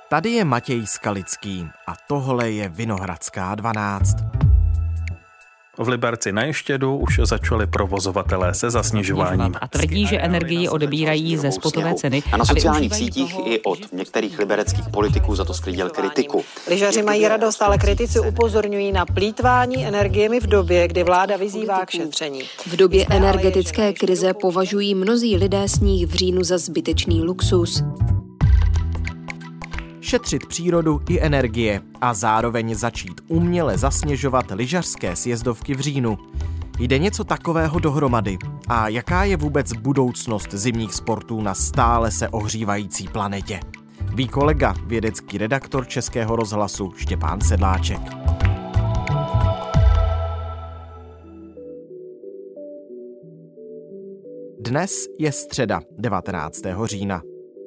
Tady je Matěj Skalický a tohle je Vinohradská 12. V Liberci na Ještědu už začali provozovatelé se zasněžováním. A tvrdí, že energii odebírají ze spotové ceny. A na sociálních sítích i od některých libereckých politiků za to sklidil kritiku. Lyžaři mají radost, ale kritici upozorňují na plýtvání energiemi v době, kdy vláda vyzývá k šetření. V době energetické krize považují mnozí lidé sníh v říjnu za zbytečný luxus. Šetřit přírodu i energie a zároveň začít uměle zasněžovat lyžařské sjezdovky v říjnu. Jde něco takového dohromady? A jaká je vůbec budoucnost zimních sportů na stále se ohřívající planetě? Ví kolega, vědecký redaktor Českého rozhlasu Štěpán Sedláček. Dnes je středa 19. října.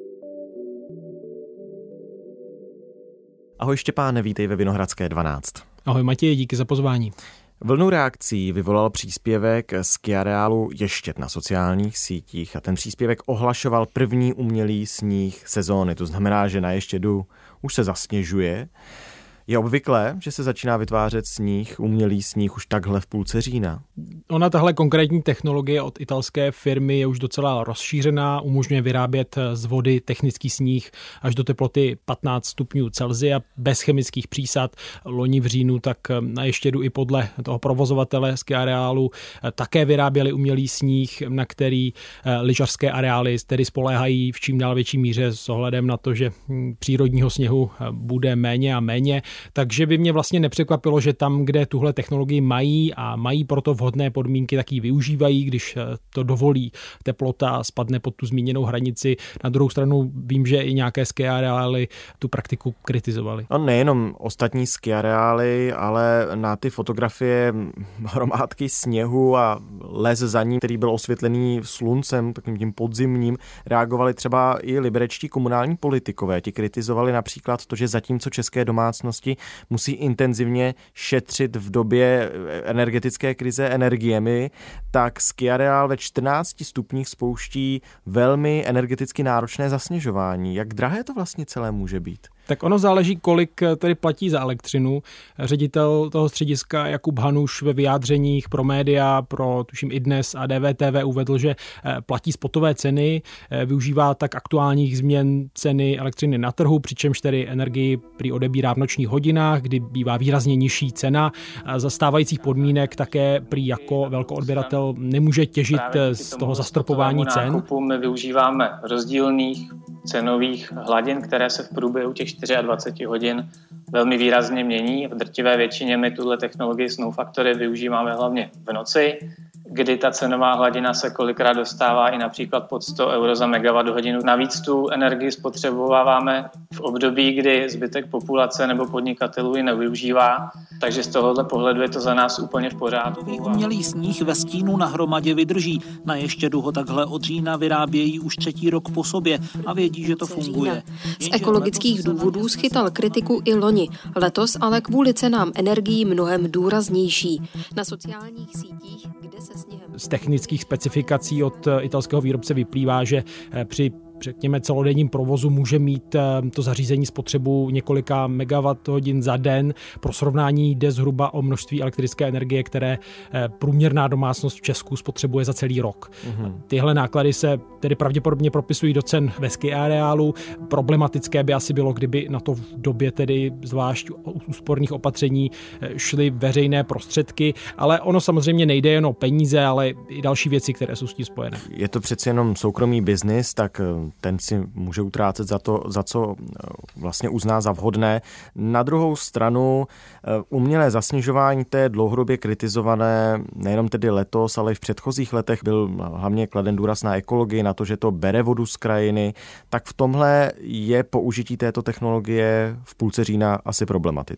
Ahoj Štěpáne, vítej ve Vinohradské 12. Ahoj Matěj, díky za pozvání. Vlnu reakcí vyvolal příspěvek z skiareálu Ještěd na sociálních sítích a ten příspěvek ohlašoval první umělý sníh sezóny. To znamená, že na Ještědu už se zasněžuje. Je obvyklé, že se začíná vytvářet sníh, umělý sníh už takhle v půlce října? Ona tahle konkrétní technologie od italské firmy je už docela rozšířená, umožňuje vyrábět z vody technický sníh až do teploty 15 stupňů Celsia bez chemických přísad. Loni v říjnu tak na Ještědu i podle toho provozovatele skiareálu také vyráběli umělý sníh, na který lyžařské areály tedy spoléhají v čím dál větší míře s ohledem na to, že přírodního sněhu bude méně a méně. Takže by mě vlastně nepřekvapilo, že tam, kde tuhle technologii mají a mají proto vhodné podmínky, tak ji využívají, když to dovolí teplota spadne pod tu zmíněnou hranici. Na druhou stranu vím, že i nějaké skiareály tu praktiku kritizovali. No nejenom ostatní skiareály, ale na ty fotografie hromádky sněhu a les za ním, který byl osvětlený sluncem, takým tím podzimním, reagovali třeba i liberečtí komunální politikové. Ti kritizovali například to, že zatímco české domácnosti musí intenzivně šetřit v době energetické krize energiemi, tak skiareál ve 14 stupních spouští velmi energeticky náročné zasněžování. Jak drahé to vlastně celé může být? Tak ono záleží, kolik tedy platí za elektřinu. Ředitel toho střediska Jakub Hanuš ve vyjádřeních pro média, pro tuším i Dnes a DVTV uvedl, že platí spotové ceny, využívá tak aktuálních změn ceny elektřiny na trhu, přičemž tedy energii prý odebírá v nočních hodinách, kdy bývá výrazně nižší cena. Za stávajících podmínek také prý jako velkoodběratel nemůže těžit z toho zastropování cen. My využíváme rozdílných cenových hladin, které se v průběhu těch 24 hodin velmi výrazně mění. V drtivé většině my tuhle technologii Snow Factory využíváme hlavně v noci, kdy ta cenová hladina se kolikrát dostává i například pod 100 euro za megawatt-hodinu. Navíc tu energii spotřebováváme v období, kdy zbytek populace nebo podnikatelů ji nevyužívá, takže z tohohle pohledu je to za nás úplně v pořádku. Umělý sníh ve stínu na hromadě vydrží. Na Ještědu ho takhle od října vyrábějí už 3. rok po sobě a vědí, že to funguje. Z ekologických důvodů schytal kritiku i loni. Letos ale kvůli cenám energií mnohem důraznější. Na sociálních sítích, kde se sněhem... Z technických specifikací od italského výrobce vyplývá, že při řekněme celodenním provozu může mít to zařízení spotřebu několika megawatt-hodin za den. Pro srovnání jde zhruba o množství elektrické energie, které průměrná domácnost v Česku spotřebuje za celý rok. Tyhle náklady se tedy pravděpodobně propisují do cen ve skiareálu. Problematické by asi bylo, kdyby na to v době tedy zvlášť úsporných opatření šly veřejné prostředky, ale ono samozřejmě nejde jen o peníze, ale i další věci, které jsou s tím spojené. Je to přeci jenom soukromý biznis, tak ten si může utrácet za co vlastně uzná za vhodné. Na druhou stranu umělé zasněžování, to je dlouhodobě kritizované, nejenom tedy letos, ale i v předchozích letech byl hlavně kladen důraz na ekologii, na to, že to bere vodu z krajiny. Tak v tomhle je použití této technologie v půlce října asi problematické.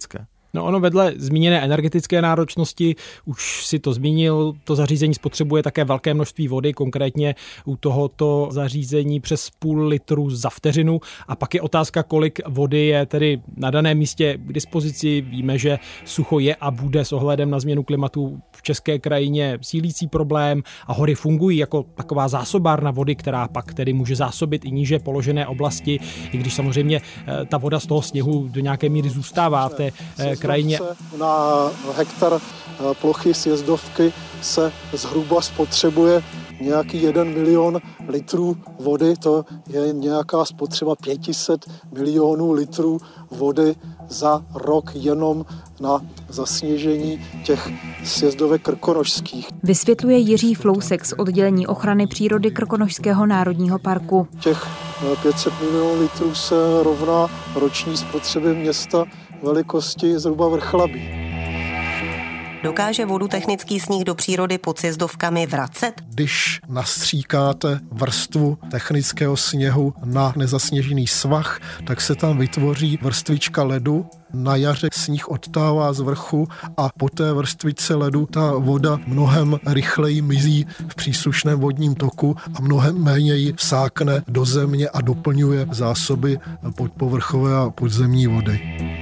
No ono vedle zmíněné energetické náročnosti, už si to zmínil, to zařízení spotřebuje také velké množství vody, konkrétně u tohoto zařízení přes půl litru za vteřinu. A pak je otázka, kolik vody je tedy na daném místě k dispozici. Víme, že sucho je a bude s ohledem na změnu klimatu v české krajině sílící problém a hory fungují jako taková zásobárna vody, která pak tedy může zásobit i níže položené oblasti, i když samozřejmě ta voda z toho sněhu do nějaké míry zůstává v té krajině. Na hektar plochy sjezdovky se zhruba spotřebuje nějaký 1 milion litrů vody, to je nějaká spotřeba 500 milionů litrů vody za rok jenom na zasněžení těch sjezdovek krkonošských. Vysvětluje Jiří Flousek z oddělení ochrany přírody Krkonošského národního parku. Těch 500 milionů litrů se rovná roční spotřebě města velikosti zhruba Vrchlabí. Dokáže vodu technický sníh do přírody pod sjezdovkami vracet? Když nastříkáte vrstvu technického sněhu na nezasněžený svah, tak se tam vytvoří vrstvička ledu. Na jaře sníh odtává z vrchu a po té vrstvičce ledu ta voda mnohem rychleji mizí v příslušném vodním toku a mnohem méně ji vsákne do země a doplňuje zásoby podpovrchové a podzemní vody.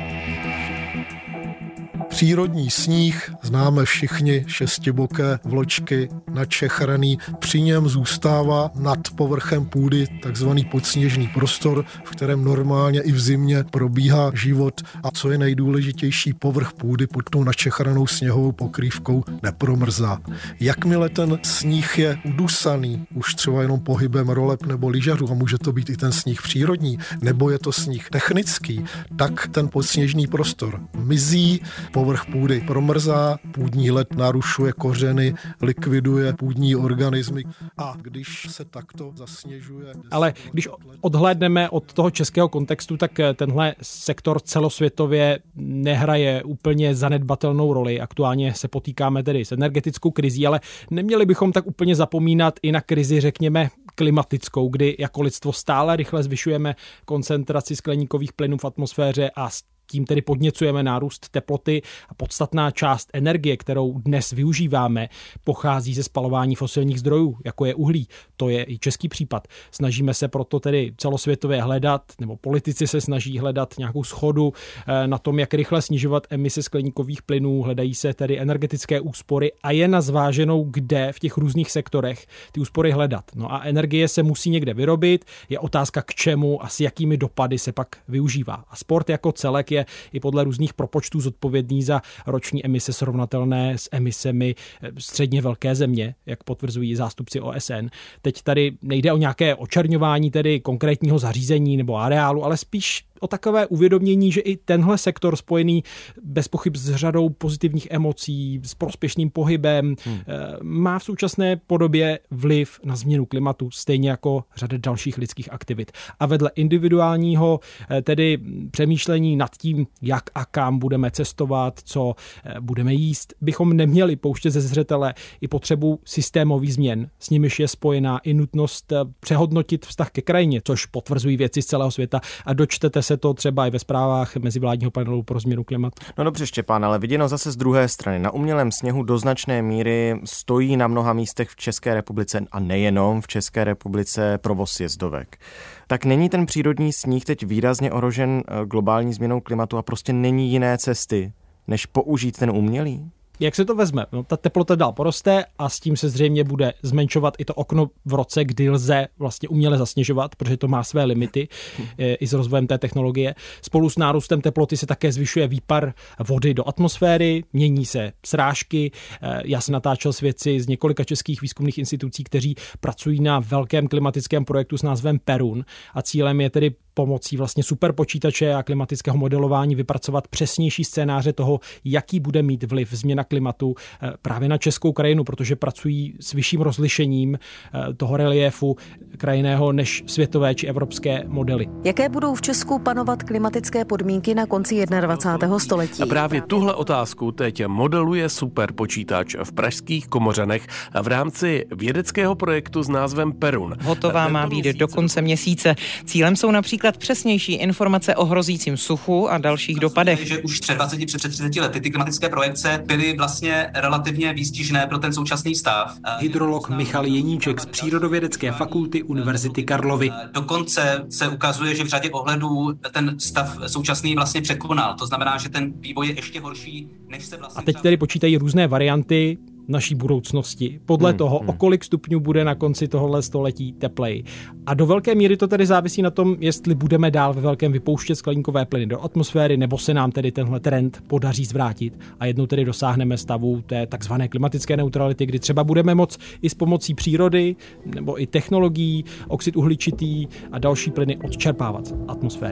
Přírodní sníh známe všichni, šestiboké vločky načechraný. Při něm zůstává nad povrchem půdy takzvaný podsněžný prostor, v kterém normálně i v zimě probíhá život a co je nejdůležitější, povrch půdy pod tou načechranou sněhovou pokrývkou nepromrzá. Jakmile ten sníh je udusaný, už třeba jenom pohybem roleb nebo lyžařů, a může to být i ten sníh přírodní, nebo je to sníh technický, tak ten podsněžný prostor mizí, povrch půdy promrzá, půdní led narušuje kořeny, likviduje půdní organismy a když se takto zasněžuje... Ale když odhlédneme od toho českého kontextu, tak tenhle sektor celosvětově nehraje úplně zanedbatelnou roli. Aktuálně se potýkáme tedy s energetickou krizí, ale neměli bychom tak úplně zapomínat i na krizi, řekněme, klimatickou, kdy jako lidstvo stále rychle zvyšujeme koncentraci skleníkových plynů v atmosféře a tím tedy podněcujeme nárůst teploty a podstatná část energie, kterou dnes využíváme, pochází ze spalování fosilních zdrojů, jako je uhlí. To je i český případ. Snažíme se proto tedy celosvětově hledat, nebo politici se snaží hledat nějakou shodu na tom, jak rychle snižovat emise skleníkových plynů, hledají se tedy energetické úspory a je na zváženou, kde v těch různých sektorech ty úspory hledat. No a energie se musí někde vyrobit, je otázka k čemu a s jakými dopady se pak využívá. A sport jako celek je i podle různých propočtů zodpovědný za roční emise srovnatelné s emisemi středně velké země, jak potvrzují zástupci OSN. Teď tady nejde o nějaké očerňování tedy konkrétního zařízení nebo areálu, ale spíš o takové uvědomění, že i tenhle sektor spojený bez pochyb s řadou pozitivních emocí, s prospěšným pohybem, má v současné podobě vliv na změnu klimatu, stejně jako řada dalších lidských aktivit. A vedle individuálního tedy přemýšlení nad tím, jak a kam budeme cestovat, co budeme jíst, bychom neměli pouštět ze zřetele i potřebu systémových změn. S nimiž je spojená i nutnost přehodnotit vztah ke krajině, což potvrzují vědci z celého světa a dočtete se to třeba i ve zprávách mezivládního panelu pro změnu klimatu. No dobře, Štěpán, ale viděno zase z druhé strany. Na umělém sněhu do značné míry stojí na mnoha místech v České republice a nejenom v České republice provoz sjezdovek. Tak není ten přírodní sníh teď výrazně ohrožen globální změnou klimatu a prostě není jiné cesty, než použít ten umělý? Jak se to vezme? No, ta teplota dál poroste a s tím se zřejmě bude zmenšovat i to okno v roce, kdy lze vlastně uměle zasněžovat, protože to má své limity i s rozvojem té technologie. Spolu s nárůstem teploty se také zvyšuje výpar vody do atmosféry, mění se srážky. Já jsem natáčel s vědci z několika českých výzkumných institucí, kteří pracují na velkém klimatickém projektu s názvem Perun a cílem je tedy pomocí vlastně superpočítače a klimatického modelování vypracovat přesnější scénáře toho, jaký bude mít vliv změna klimatu právě na českou krajinu, protože pracují s vyšším rozlišením toho reliéfu, krajinného než světové či evropské modely. Jaké budou v Česku panovat klimatické podmínky na konci 21. století? A právě tuhle otázku teď modeluje superpočítač v pražských Komořanech v rámci vědeckého projektu s názvem Perun. Hotová má být do konce měsíce. Cílem jsou například přesnější informace o hrozícím suchu a dalších dopadech. Že už před 30 lety ty klimatické projekce byly vlastně relativně výstižné pro ten současný stav. Hydrolog Michal Jeníček z Přírodovědecké fakulty Univerzity Karlovy. Dokonce se ukazuje, že v řadě ohledů ten stav současný vlastně překonal. To znamená, že ten vývoj je ještě horší, než se vlastně... A teď tedy počítají různé varianty naší budoucnosti. Podle toho, o kolik stupňů bude na konci tohohle století teplej. A do velké míry to tedy závisí na tom, jestli budeme dál ve velkém vypouštět skleníkové plyny do atmosféry, nebo se nám tedy tenhle trend podaří zvrátit a jednou tedy dosáhneme stavu té takzvané klimatické neutrality, kdy třeba budeme moct i s pomocí přírody nebo i technologií oxid uhličitý a další plyny odčerpávat z atmosféry.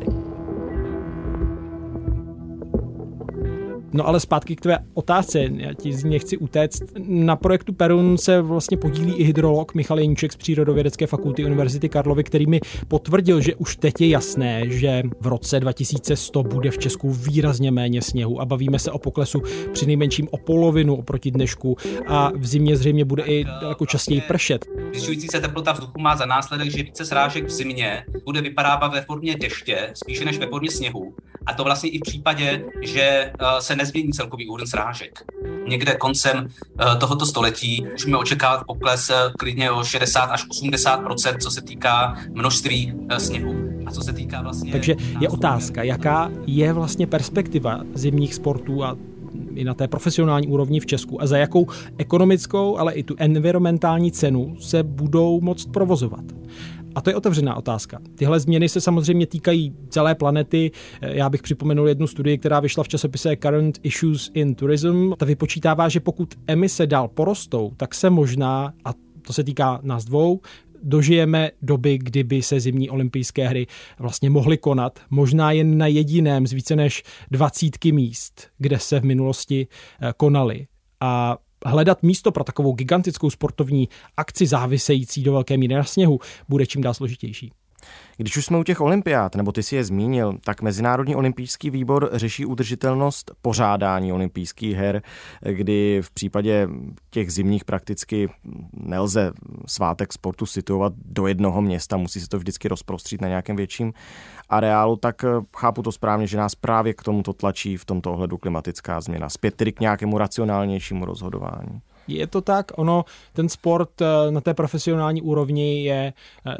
No ale zpátky k tvé otázce, já ti z ní chci utéct. Na projektu Perun se vlastně podílí i hydrolog Michal Jeníček z Přírodovědecké fakulty Univerzity Karlovy, který mi potvrdil, že už teď je jasné, že v roce 2100 bude v Česku výrazně méně sněhu a bavíme se o poklesu přinejmenším o polovinu oproti dnešku a v zimě zřejmě bude i daleko častěji pršet. Zvyšující se teplota vzduchu má za následek, že více srážek v zimě bude vypadávat ve formě deště, spíše než ve formě sněhu. A to vlastně i v případě, že se nezmění celkový úhrn srážek. Někde koncem tohoto století můžeme očekávat pokles klidně o 60 až 80%, co se týká množství sněhu. A co se týká vlastně... Takže je otázka, jaká je vlastně perspektiva zimních sportů a i na té profesionální úrovni v Česku a za jakou ekonomickou, ale i tu environmentální cenu se budou moct provozovat. A to je otevřená otázka. Tyhle změny se samozřejmě týkají celé planety. Já bych připomenul jednu studii, která vyšla v časopise Current Issues in Tourism. Ta vypočítává, že pokud emise dál porostou, tak se možná, a to se týká nás dvou, dožijeme doby, kdyby se zimní olympijské hry vlastně mohly konat. Možná jen na jediném z více než 20 míst, kde se v minulosti konaly. A hledat místo pro takovou gigantickou sportovní akci závisející do velké míry na sněhu bude čím dál složitější. Když už jsme u těch olympiád, nebo ty si je zmínil, tak Mezinárodní olympijský výbor řeší udržitelnost pořádání olympijských her, kdy v případě těch zimních prakticky nelze svátek sportu situovat do jednoho města, musí se to vždycky rozprostřít na nějakém větším areálu, tak chápu to správně, že nás právě k tomuto tlačí v tomto ohledu klimatická změna. Zpět tedy k nějakému racionálnějšímu rozhodování. Je to tak, ten sport na té profesionální úrovni je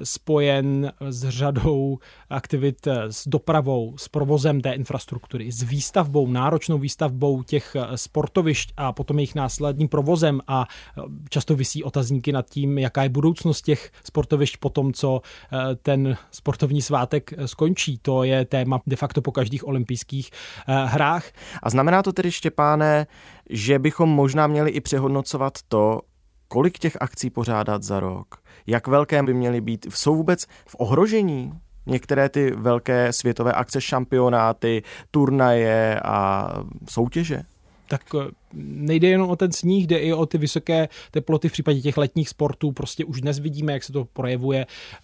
spojen s řadou aktivit, s dopravou, s provozem té infrastruktury, s výstavbou, náročnou výstavbou těch sportovišť a potom jejich následným provozem a často visí otazníky nad tím, jaká je budoucnost těch sportovišť po tom, co ten sportovní svátek skončí. To je téma de facto po každých olympijských hrách. A znamená to tedy, Štěpáne, že bychom možná měli i přehodnocovat to, kolik těch akcí pořádat za rok, jak velké by měly být, jsou vůbec v ohrožení některé ty velké světové akce, šampionáty, turnaje a soutěže? Tak nejde jenom o ten sníh, jde i o ty vysoké teploty v případě těch letních sportů. Prostě už dnes vidíme, jak se to projevuje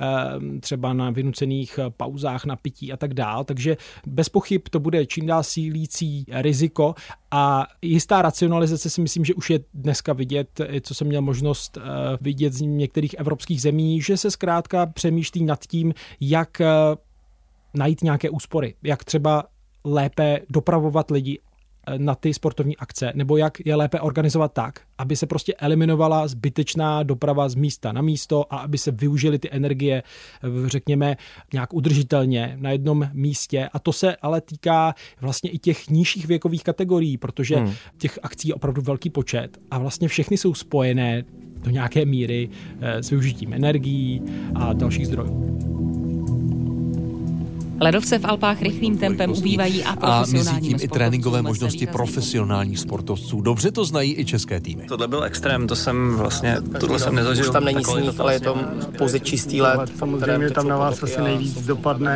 třeba na vynucených pauzách na pití a tak dál. Takže bez pochyb to bude čím dál sílící riziko a jistá racionalizace si myslím, že už je dneska vidět, co jsem měl možnost vidět z některých evropských zemí, že se zkrátka přemýšlí nad tím, jak najít nějaké úspory, jak třeba lépe dopravovat lidi na ty sportovní akce, nebo jak je lépe organizovat tak, aby se prostě eliminovala zbytečná doprava z místa na místo a aby se využily ty energie, řekněme, nějak udržitelně na jednom místě. A to se ale týká vlastně i těch nižších věkových kategorií, protože těch akcí je opravdu velký počet a vlastně všechny jsou spojené do nějaké míry s využitím energií a dalších zdrojů. Ledovce v Alpách rychlým tempem ubývají a profesionálním tím i tréninkové možnosti profesionálních sportovců. Dobře to znají i české týmy. Tohle byl extrém, tohle jsem nezažil. Už tam není sníh, ale je to pouze čistý led. Samozřejmě tam na vás asi nejvíc dopadne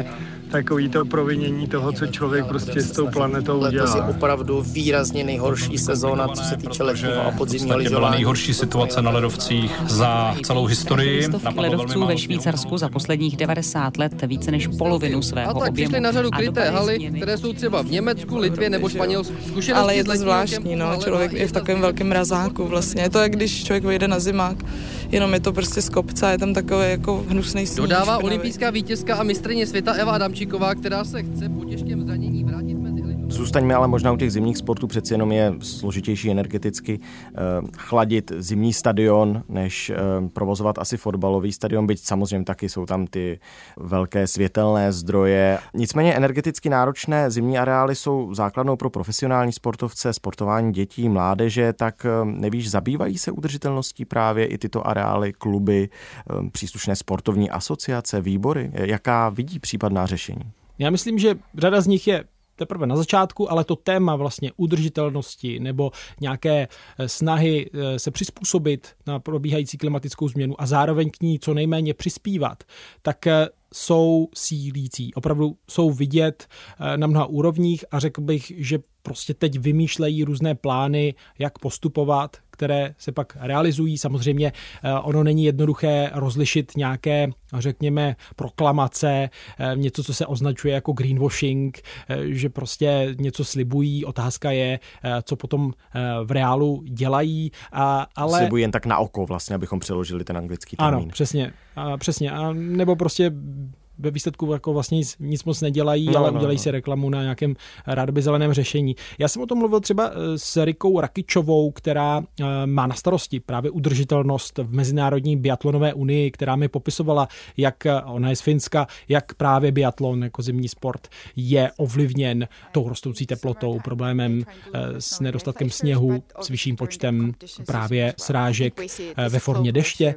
takový to provinění toho, co člověk prostě s tou planetou dělá. Letos je opravdu výrazně nejhorší sezóna, co se týče letního a podzimního lyžování. Byla nejhorší situace na ledovcích za celou historii. Stovky ledovců ve Švýcarsku za posledních 90 let více než polovinu svého objemu. Přišli na řadu kryté haly, které jsou třeba v Německu, Litvě nebo Španělsku. Ale je to zvláštní, no, člověk je v takovém velkém mrazáku vlastně. Je to jak když člověk vyjde na zimák, jenom je to prostě z kopce, je tam takový jako hnusný sníh. Dodává olympijská vítězka a mistryně světa Eva Adamčíková, která se chce po těžkém zranění vrátit mezi elitní. Zůstaňme ale možná u těch zimních sportů, přeci jenom je složitější energeticky chladit zimní stadion, než provozovat asi fotbalový stadion, byť samozřejmě taky jsou tam ty velké světelné zdroje. Nicméně energeticky náročné zimní areály jsou základnou pro profesionální sportovce, sportování dětí, mládeže, tak nevíš, zabývají se udržitelností právě i tyto areály, kluby, příslušné sportovní asociace, výbory? Jaká vidí případná řešení? Já myslím, že řada z nich je teprve na začátku, ale to téma vlastně udržitelnosti nebo nějaké snahy se přizpůsobit na probíhající klimatickou změnu a zároveň k ní co nejméně přispívat, tak jsou sílící. Opravdu jsou vidět na mnoha úrovních a řekl bych, že prostě teď vymýšlejí různé plány, jak postupovat, které se pak realizují. Samozřejmě ono není jednoduché rozlišit nějaké, řekněme, proklamace, něco, co se označuje jako greenwashing, že prostě něco slibují. Otázka je, co potom v reálu dělají. Ale slibují jen tak na oko vlastně, abychom přeložili ten anglický termín. Ano, přesně. A nebo prostě ve výsledku jako vlastně nic moc nedělají, ale udělají si reklamu na nějakém rádoby zeleném řešení. Já jsem o tom mluvil třeba s Rikou Rakičovou, která má na starosti právě udržitelnost v Mezinárodní biatlonové unii, která mi popisovala, jak ona je z Finska, jak právě biatlon jako zimní sport je ovlivněn tou rostoucí teplotou, problémem s nedostatkem sněhu, s vyšším počtem právě srážek ve formě deště.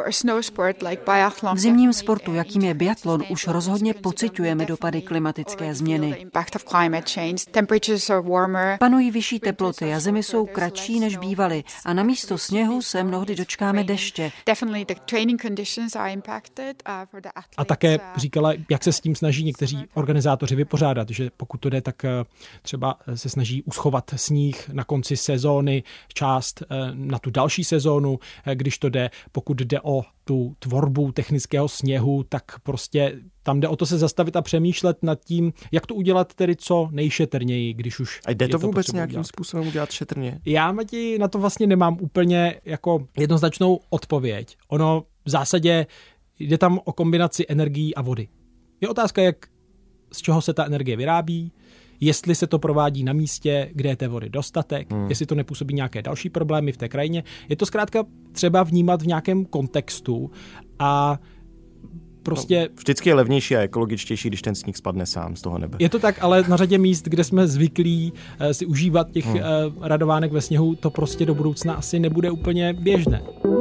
V zimním sportu, jakým je biatlon, už rozhodně pociťujeme dopady klimatické změny. Panují vyšší teploty a zimy jsou kratší než bývaly a na místo sněhu se mnohdy dočkáme deště. A také říkala, jak se s tím snaží někteří organizátoři vypořádat, že pokud to jde, tak třeba se snaží uschovat sníh na konci sezóny, část na tu další sezónu, když to jde, pokud jde o tu tvorbu technického sněhu, tak prostě tam jde o to se zastavit a přemýšlet nad tím, jak to udělat tedy co nejšetrněji, když už a jde to vůbec nějakým způsobem udělat šetrně? Já, Mati, na to vlastně nemám úplně jako jednoznačnou odpověď. Ono v zásadě jde tam o kombinaci energií a vody. Je otázka, z čeho se ta energie vyrábí, jestli se to provádí na místě, kde je té vody dostatek, jestli to nepůsobí nějaké další problémy v té krajině. Je to zkrátka třeba vnímat v nějakém kontextu a prostě... Vždycky je levnější a ekologičtější, když ten sníh spadne sám z toho nebe. Je to tak, ale na řadě míst, kde jsme zvyklí si užívat těch radovánek ve sněhu, to prostě do budoucna asi nebude úplně běžné.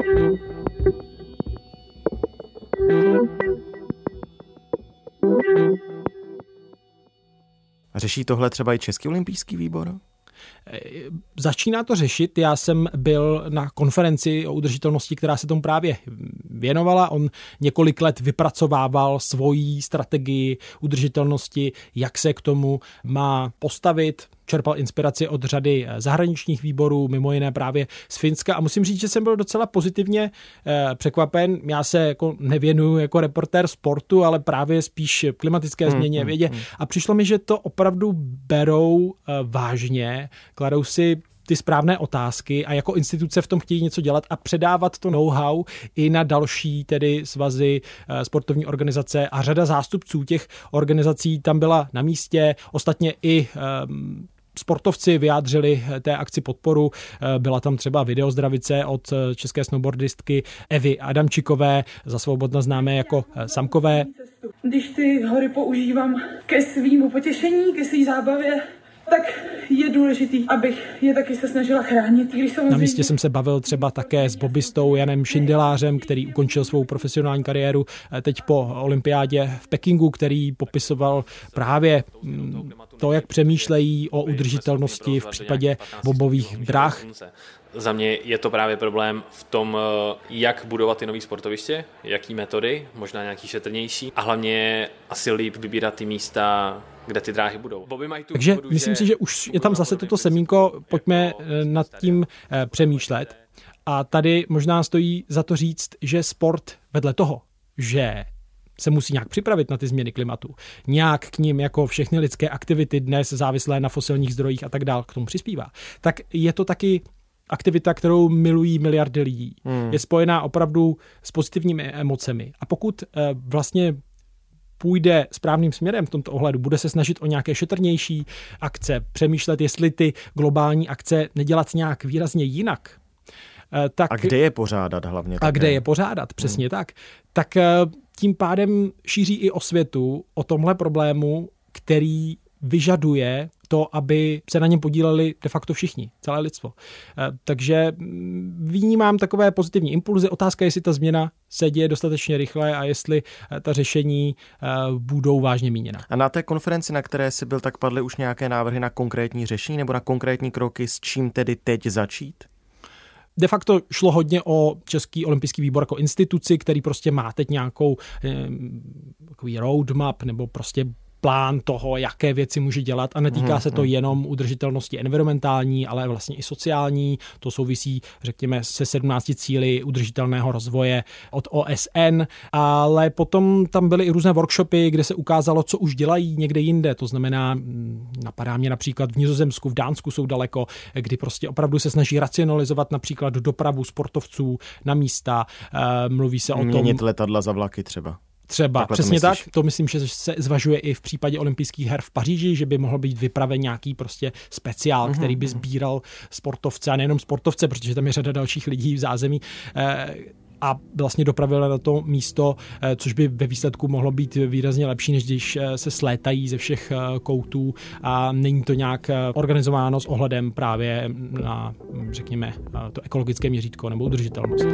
Řeší tohle třeba i Český olympijský výbor? Začíná to řešit. Já jsem byl na konferenci o udržitelnosti, která se tomu právě věnovala. On několik let vypracovával svoji strategii udržitelnosti, jak se k tomu má postavit. Čerpal inspiraci od řady zahraničních výborů, mimo jiné právě z Finska. A musím říct, že jsem byl docela pozitivně překvapen. Já se jako nevěnuju jako reportér sportu, ale právě spíš klimatické změně, vědě. A přišlo mi, že to opravdu berou vážně, kladou si ty správné otázky a jako instituce v tom chtějí něco dělat a předávat to know-how i na další tedy svazy, sportovní organizace a řada zástupců těch organizací tam byla na místě. Ostatně i sportovci vyjádřili té akci podporu. Byla tam třeba videozdravice od české snowboardistky Evy Adamčíkové, za svobodno známé jako Samkové. Když ty hory používám ke svému potěšení, ke své zábavě, tak je důležitý, abych je taky se snažila chránit. Na místě jsem se bavil třeba také s bobistou Janem Šindelářem, který ukončil svou profesionální kariéru teď po olympiádě v Pekingu, který popisoval právě to, jak přemýšlejí o udržitelnosti v případě bobových drah. Za mě je to právě problém v tom, jak budovat ty nový sportoviště, jaký metody, možná nějaký šetrnější a hlavně asi líp vybírat ty místa, kde ty dráhy budou. Takže myslím si, že už je tam zase toto semínko, pojďme nad tím přemýšlet. A tady možná stojí za to říct, že sport vedle toho, že se musí nějak připravit na ty změny klimatu, nějak k nim jako všechny lidské aktivity dnes závislé na fosilních zdrojích a tak dál k tomu přispívá, tak je to taky aktivita, kterou milují miliardy lidí. Je spojená opravdu s pozitivními emocemi. A pokud vlastně půjde správným směrem v tomto ohledu, bude se snažit o nějaké šetrnější akce, přemýšlet, jestli ty globální akce nedělat nějak výrazně jinak. Tak, a kde je pořádat hlavně? A kde je pořádat, přesně tak. Tak tím pádem šíří i osvětu o tomhle problému, který vyžaduje to, aby se na něm podíleli de facto všichni, celé lidstvo. Takže vnímám takové pozitivní impulzy. Otázka je, jestli ta změna se děje dostatečně rychle a jestli ta řešení budou vážně míněna. A na té konferenci, na které jsi byl, tak padly už nějaké návrhy na konkrétní řešení nebo na konkrétní kroky, s čím tedy teď začít? De facto šlo hodně o Český olympijský výbor jako instituci, který prostě má teď nějakou takový roadmap nebo prostě plán toho, jaké věci může dělat a netýká se to jenom udržitelnosti environmentální, ale vlastně i sociální. To souvisí, řekněme, se 17 cíli udržitelného rozvoje od OSN, ale potom tam byly i různé workshopy, kde se ukázalo, co už dělají někde jinde. To znamená, napadá mě například v Nizozemsku, v Dánsku jsou daleko, kdy prostě opravdu se snaží racionalizovat například dopravu sportovců na místa. Mluví se o tom... Měnit letadla za vlaky třeba. Třeba, přesně tak. To myslím, že se zvažuje i v případě olympijských her v Paříži, že by mohl být vypraven nějaký prostě speciál, který by sbíral sportovce a nejenom sportovce, protože tam je řada dalších lidí v zázemí a vlastně dopravil na to místo, což by ve výsledku mohlo být výrazně lepší, než když se slétají ze všech koutů a není to nějak organizováno s ohledem právě na, řekněme, to ekologické měřítko nebo udržitelnost.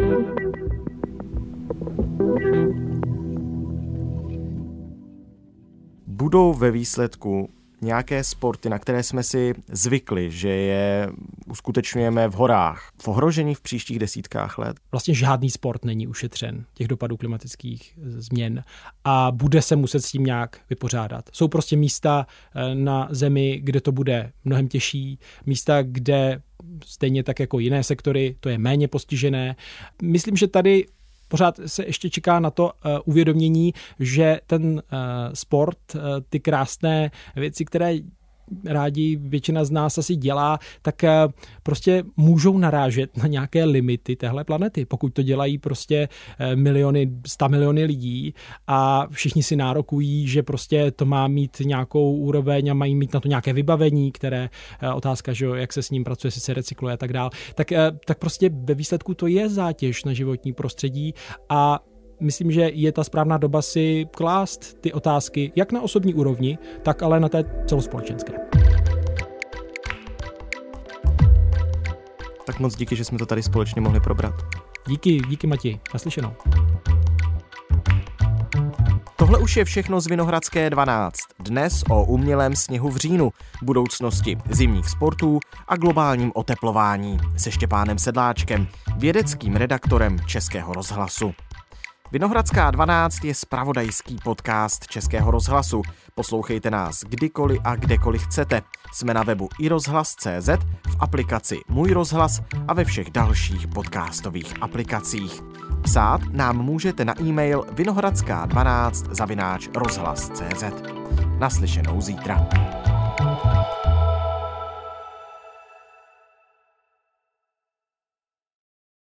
Budou ve výsledku nějaké sporty, na které jsme si zvykli, že je uskutečňujeme v horách, v ohrožení v příštích desítkách let? Vlastně žádný sport není ušetřen těch dopadů klimatických změn a bude se muset s tím nějak vypořádat. Jsou prostě místa na Zemi, kde to bude mnohem těžší, místa, kde stejně tak jako jiné sektory, to je méně postižené. Myslím, že tady pořád se ještě čeká na to uvědomění, že ten sport, ty krásné věci, které rádi většina z nás asi dělá, tak prostě můžou narážet na nějaké limity téhle planety. Pokud to dělají prostě 100 miliony lidí a všichni si nárokují, že prostě to má mít nějakou úroveň a mají mít na to nějaké vybavení, které otázka, že jak se s ním pracuje, jestli se recykluje a tak dál, tak prostě ve výsledku to je zátěž na životní prostředí a myslím, že je ta správná doba si klást ty otázky jak na osobní úrovni, tak ale na té celospolečenské. Tak moc díky, že jsme to tady společně mohli probrat. Díky Matěji. Naslyšenou. Tohle už je všechno z Vinohradské 12. Dnes o umělém sněhu v říjnu, budoucnosti zimních sportů a globálním oteplování se Štěpánem Sedláčkem, vědeckým redaktorem Českého rozhlasu. Vinohradská 12 je zpravodajský podcast Českého rozhlasu. Poslouchejte nás kdykoliv a kdekoliv chcete. Jsme na webu iRozhlas.cz, v aplikaci Můj rozhlas a ve všech dalších podcastových aplikacích. Psát nám můžete na e-mail vinohradská12@rozhlas.cz. Naslyšenou zítra.